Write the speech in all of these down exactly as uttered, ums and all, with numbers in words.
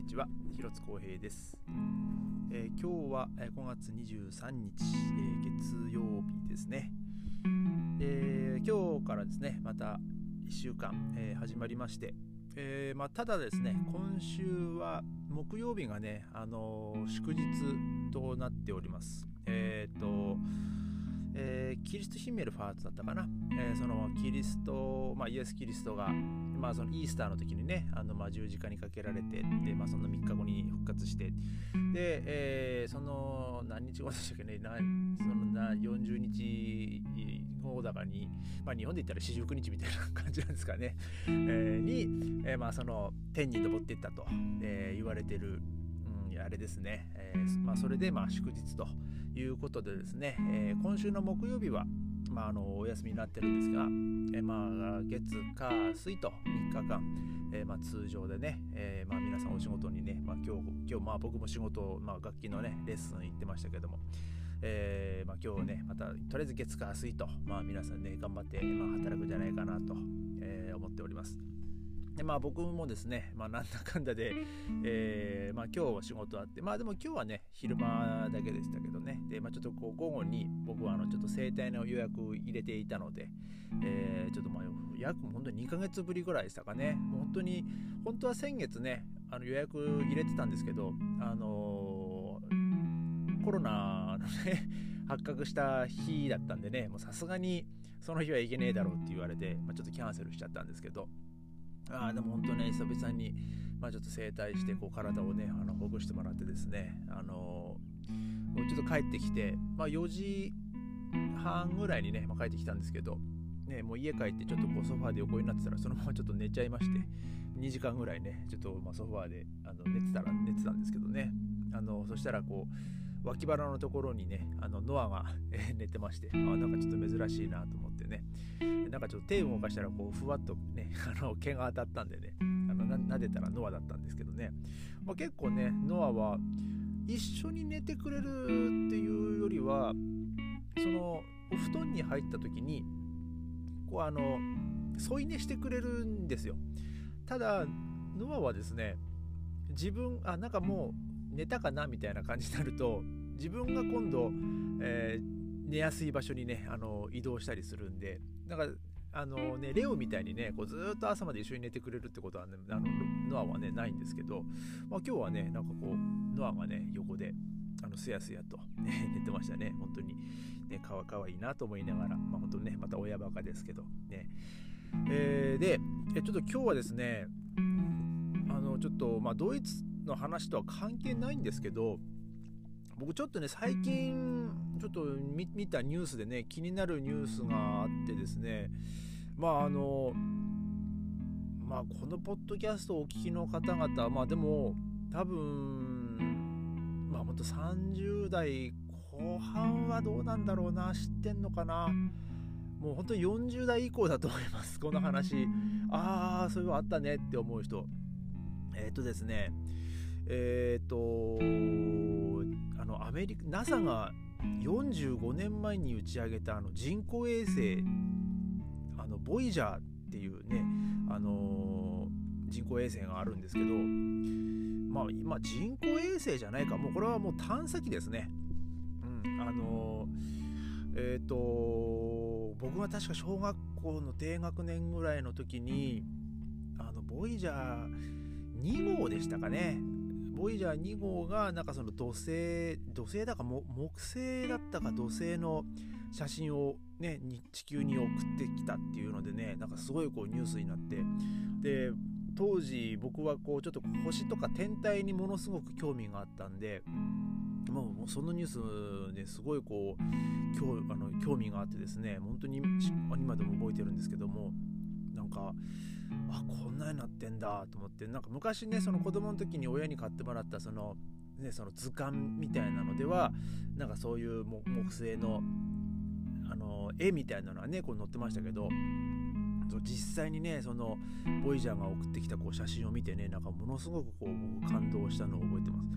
ちは、広津光平です。えー、今日はごがつにじゅうさんにち、えー、月曜日ですね。えー、今日からですね、またいっしゅうかん、えー、始まりまして、えーまあ、ただですね、今週は木曜日がね、あのー、祝日となっております。えーとえー、キリストヒンメルファーツだったかな、えー、そのキリスト、まあ、イエス・キリストが、まあ、そのイースターの時にね、あのまあ十字架にかけられて、で、まあ、そのみっかごに復活して、で、えー、その何日後でしたっけね、なそのなよんじゅうにちごだかに、まあ、日本で言ったら四十九日みたいな感じなんですかね、えー、に、えーまあ、その天に昇っていったと、えー、言われてる、うん、あれですね、えーまあ、それでまあ祝日ということでですね、えー、今週の木曜日は、まあ、あのお休みになってるんですが、えーまあ、月火水とみっかかん、えーまあ、通常でね、えーまあ、皆さんお仕事にね、まあ、今日、今日まあ僕も仕事、まあ、楽器のねレッスン行ってましたけども、えーまあ、今日ねまたとりあえず月火水と、まあ、皆さんね頑張って、まあ、働くんじゃないかなと、えー、思っております。でまあ、僕もですね、まあ、なんだかんだで、えーまあ、今日は仕事あって、まあでも今日はね昼間だけでしたけどね、で、まあ、ちょっとこう午後に僕はあのちょっと整体の予約入れていたので、えー、ちょっとまあ約本当ににかげつぶりぐらいでしたかね。もう本当に本当は先月ねあの予約入れてたんですけど、あのー、コロナのね発覚した日だったんでね、もうさすがにその日はいけねえだろうって言われて、まあ、ちょっとキャンセルしちゃったんですけど、あでも本当ね久々に、まあ、ちょっと整体してこう体をねあのほぐしてもらってですね、あのー、ちょっと帰ってきて、まあ、よじはんぐらいにね、まあ、帰ってきたんですけど、ね、もう家帰ってちょっとこうソファーで横になってたらそのままちょっと寝ちゃいまして、にじかんぐらいねちょっとまあソファーであの寝てたら寝てたんですけどね、あのそしたらこう脇腹のところにねあのノアが寝てまして、あなんかちょっと珍しいなと思ってね、なんかちょっと手を動かしたらこうふわっとねあの毛が当たったんでね、あのな撫でたらノアだったんですけどね、まあ、結構ねノアは一緒に寝てくれるっていうよりはそのお布団に入った時にこうあの添い寝してくれるんですよ。ただノアはですね自分あなんかもう寝たかなみたいな感じになると自分が今度、えー、寝やすい場所にねあの移動したりするんで、なんかあのねレオみたいにねこうずっと朝まで一緒に寝てくれるってことは、ね、あのノアはねないんですけど、まあ、今日はねなんかこうノアがね横であのすやすやと、ね、寝てましたね。本当にねかわかわいいなと思いながら、まあ本当ねまた親バカですけどね、えー、でえちょっと今日はですねあのちょっとまあドイツの話とは関係ないんですけど、僕ちょっとね最近ちょっと 見, 見たニュースでね気になるニュースがあってですね、まああのまあこのポッドキャストをお聞きの方々、まあでも多分まあほんとさんじゅうだいこう半はどうなんだろうな、知ってんのかな、もうほんとよんじゅうだい以降だと思います。この話ああそういうのあったねって思う人、えっとですねえっとあのアメリカ ナサ がよんじゅうごねんまえに打ち上げたあの人工衛星あのボイジャーっていうねあのー、人工衛星があるんですけど、まあ今人工衛星じゃないか、もうこれはもう探査機ですね。うんあのー、えっと僕は確か小学校の低学年ぐらいの時にあのボイジャーにごうでしたかね。ボイジャーにごうがなんかその土星土星だかも木星だったか土星の写真をね地球に送ってきたっていうのでね、なんかすごいこうニュースになって、で当時僕はこうちょっと星とか天体にものすごく興味があったんで、もう、もうそのニュースですごいこう 興, あの興味があってですね、本当に今でも覚えてるんですけども、なんかあこんなになってんだと思って、なんか昔ねその子供の時に親に買ってもらったそのねその図鑑みたいなのではなんかそういう木星のあの絵みたいなのはねこう載ってましたけど、実際にねそのボイジャーが送ってきたこう写真を見てね、なんかものすごくこう感動したのを覚えてます。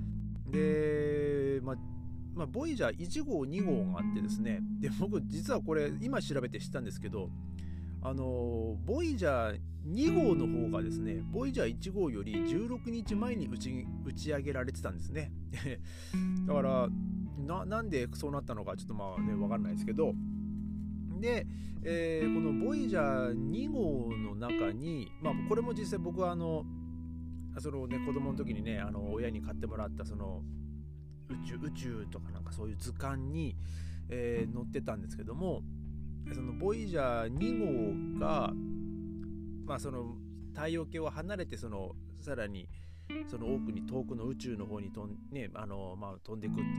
でまあまあ、ボイジャーいちごうにごうがあってですね、で僕実はこれ今調べて知ったんですけど、 あのボイジャーに号の方がですね、ボイジャーいち号よりじゅうろくにちまえに打ち、打ち上げられてたんですね。だからな、なんでそうなったのかちょっとまあね分かんないですけど、で、えー、このボイジャーに号の中に、まあこれも実際僕はあのそのね子供の時にね、あの親に買ってもらったその宇宙宇宙とかなんかそういう図鑑に、えー、載ってたんですけども、そのボイジャーに号がまあその太陽系を離れてそのさらにその奥に遠くの宇宙の方に飛ん、ね、あのまあ飛んでいくっていう、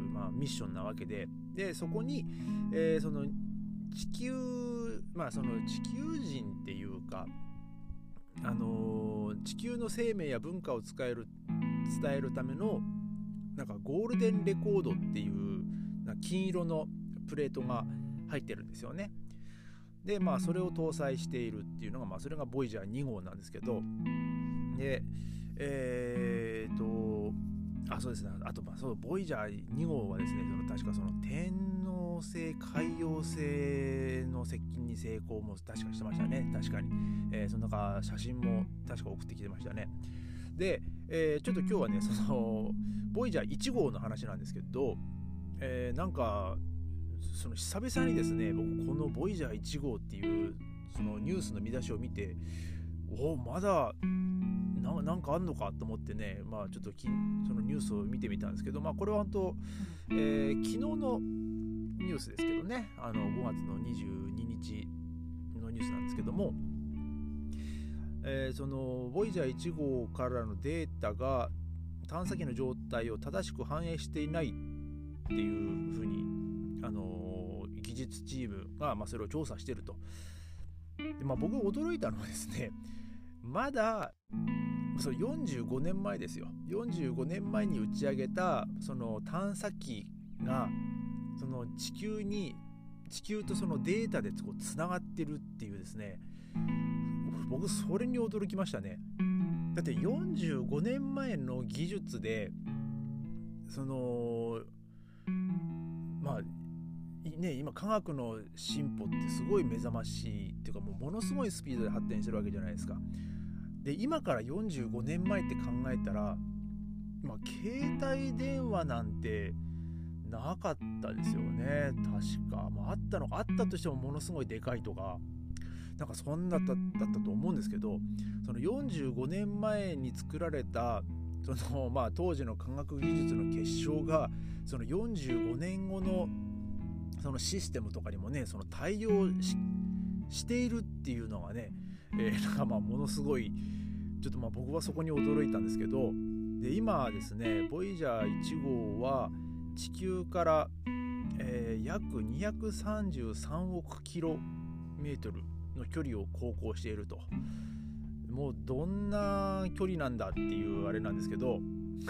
まあ、ミッションなわけで、でそこに、えー、その地球まあその地球人っていうか、あのー、地球の生命や文化を使える伝えるためのなんかゴールデンレコードっていうなんか金色のプレートが入ってるんですよね。でまあそれを搭載しているっていうのが、まあそれがボイジャーに号なんですけど、でえーとあそうですねあとまあそうボイジャーに号はですね、その確かその天王星海洋星の接近に成功も確かしてましたね。確かに、えー、その中写真も確か送ってきてましたね。で、えー、ちょっと今日はねそのボイジャーいち号の話なんですけど、えー、なんかその久々にですね、僕このボイジャーいち号っていうそのニュースの見出しを見て、おまだ な, なんかあんのかと思ってね、まあちょっときそのニュースを見てみたんですけど、まあこれは本当、えー、昨日のニュースですけどね、あのごがつのにじゅうににちのニュースなんですけども、えー、そのボイジャーいち号からのデータが探査機の状態を正しく反映していないっていうふうに、あのー、技術チームが、まあ、それを調査していると。で、まあ、僕が驚いたのはですね、まだそれよんじゅうごねんまえですよ。よんじゅうごねんまえに打ち上げたその探査機がその地球に地球とそのデータでこうつながってるっていうですね、僕それに驚きましたね。だってよんじゅうごねんまえの技術でそのまあね、今科学の進歩ってすごい目覚ましいっていうか、もうものすごいスピードで発展してるわけじゃないですか。で今からよんじゅうごねんまえって考えたら、まあ、携帯電話なんてなかったですよね確か、まあ、あったのかあったとしてもものすごいでかいとかなんかそんなだったと思うんですけど、そのよんじゅうごねんまえに作られたその、まあ、当時の科学技術の結晶がそのよんじゅうごねんごのそのシステムとかにもねその対応 し, しているっていうのがね、えー、なんかまあものすごいちょっとまあ僕はそこに驚いたんですけど、で今ですねボイジャーいち号は地球から、えー、約にひゃくさんじゅうさんおくキロメートルの距離を航行していると。もうどんな距離なんだっていうあれなんですけど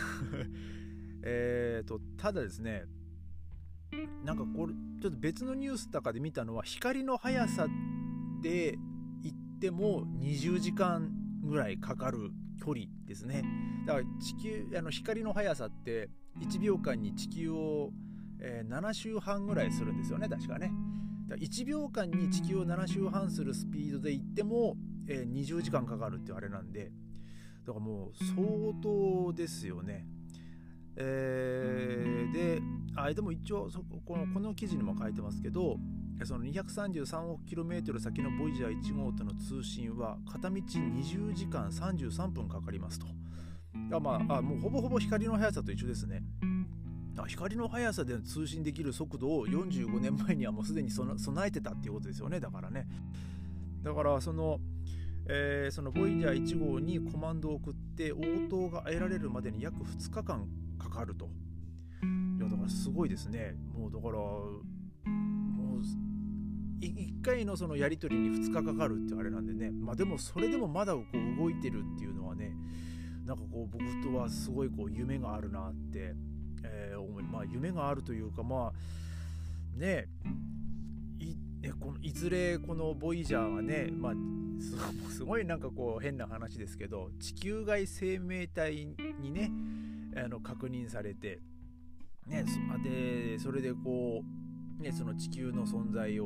えとただですね、なんかこれちょっと別のニュースとかで見たのは、光の速さで行ってもにじゅうじかんぐらいかかる距離ですね。だから地球あの光の速さっていちびょうかんに地球を、えー、なな周半ぐらいするんですよね確かね。だからいちびょうかんに地球をなな周半するスピードで行っても、えー、にじゅうじかんかかるっていうあれなんで、だからもう相当ですよね。えー、であでも一応そこのこの記事にも書いてますけど、そのにひゃくさんじゅうさんおくキロメートル先のボイジャーいち号との通信は片道にじゅうじかんさんじゅうさんぷんかかりますと。あ、まあ、あもうほぼほぼ光の速さと一緒ですね。あ光の速さで通信できる速度をよんじゅうごねんまえにはもうすでに備えてたっていうことですよね。だからねだからそのえー、そのボイジャーいち号にコマンドを送って応答が得られるまでに約ふつかかんかかると。いやだからすごいですね。もうだからもういっかいのそのやり取りにふつかかかるってあれなんでね、まあでもそれでもまだこう動いてるっていうのはね、なんかこう僕とはすごいこう夢があるなって、えー、思いまあ夢があるというか、まあねいこのいずれこのボイジャーはね、まあすごいなんかこう変な話ですけど、地球外生命体にねあの確認されて、ね、でそれでこう、ね、その地球の存在を、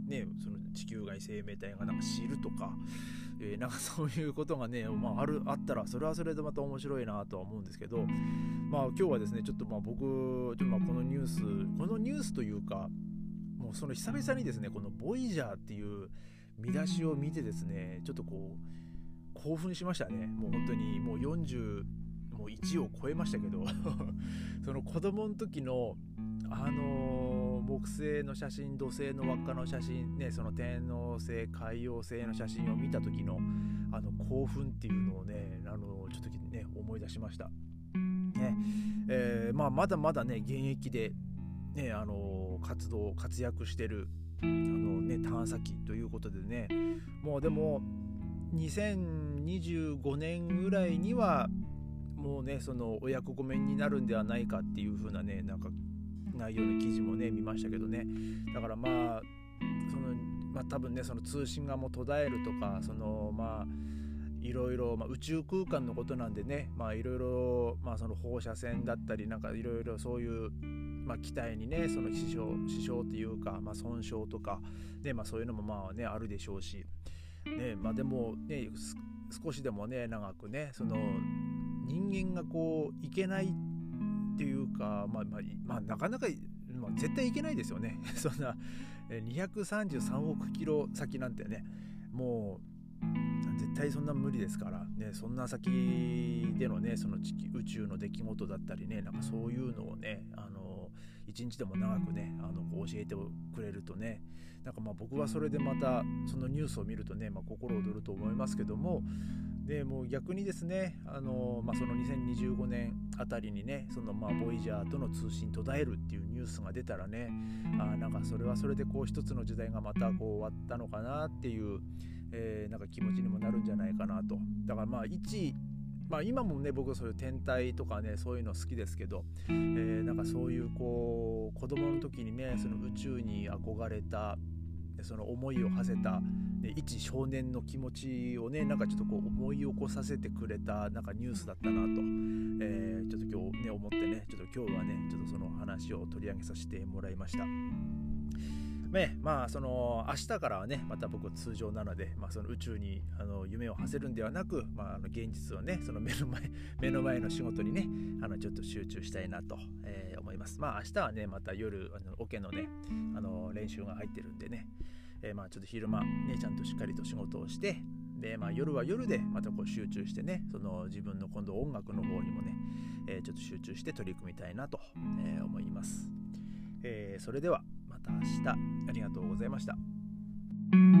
ね、その地球外生命体がなんか知るとか、えー、なんかそういうことがね、まあ、あるあったらそれはそれでまた面白いなとは思うんですけど、まあ今日はですねちょっとまあ僕ちょっとまあこのニュースこのニュースというかもうその久々にですねこのボイジャーっていう見出しを見てですねちょっとこう興奮しましたね。もう本当にもうよんじゅうもういちを超えましたけどその子供の時のあのー、木星の写真、土星の輪っかの写真ね、その天王星、海王星の写真を見た時のあの興奮っていうのをね、あのー、ちょっとね思い出しました。ねえー、まあまだまだね現役でねあのー、活動活躍してるあのね探査機ということでね、もうでもにせんにじゅうごねんぐらいにはもうねそのお役御免になるんではないかっていう風なねなんか内容の記事もね見ましたけどね。だからまあそのまあ多分ねその通信がもう途絶えるとかそのまあいろいろ、まあ、宇宙空間のことなんでねまあいろいろまあその放射線だったりなんかいろいろそういうまあ機体にねその支障支障というかまあ損傷とかねまあそういうのもまあねあるでしょうしねまあでもね少しでもね長くねその人間がこういけないっていうか、まあまあまあ、なかなか、まあ、絶対いけないですよねそんなにひゃくさんじゅうさんおくキロ先なんてねもう絶対そんな無理ですからね。そんな先でのねその地球宇宙の出来事だったりねなんかそういうのをねあの一日でも長くねあのこう教えてくれるとねなんかまあ僕はそれでまたそのニュースを見るとね、まあ、心躍ると思いますけどもでもう逆にですねあの、まあ、そのにせんにじゅうごねんあたりにねそのまあボイジャーとの通信途絶えるっていうニュースが出たらねあなんかそれはそれでこう一つの時代がまたこう終わったのかなっていう、えー、なんか気持ちにもなるんじゃないかなと。だからまあ一まあ今もね僕そういう天体とかねそういうの好きですけど、えー、なんかそういうこう子供の時にねその宇宙に憧れたその思いを馳せた、ね、一少年の気持ちをねなんかちょっとこう思い起こさせてくれたなんかニュースだったなと、えー、ちょっと今日ね思ってねちょっと今日はねちょっとその話を取り上げさせてもらいました。ね、まあその明日からはねまた僕通常なので、まあ、その宇宙にあの夢を馳せるんではなく、まあ、あの現実をねその目の前目の前の仕事にねあのちょっと集中したいなと、えー、思います。まあ明日はねまた夜あのオケのねあの練習が入ってるんでね、えー、まあちょっと昼間ねちゃんとしっかりと仕事をしてで、まあ、夜は夜でまたこう集中してねその自分の今度音楽の方にもね、えー、ちょっと集中して取り組みたいなと、えー、思います。えー、それではまた明日ありがとうございました。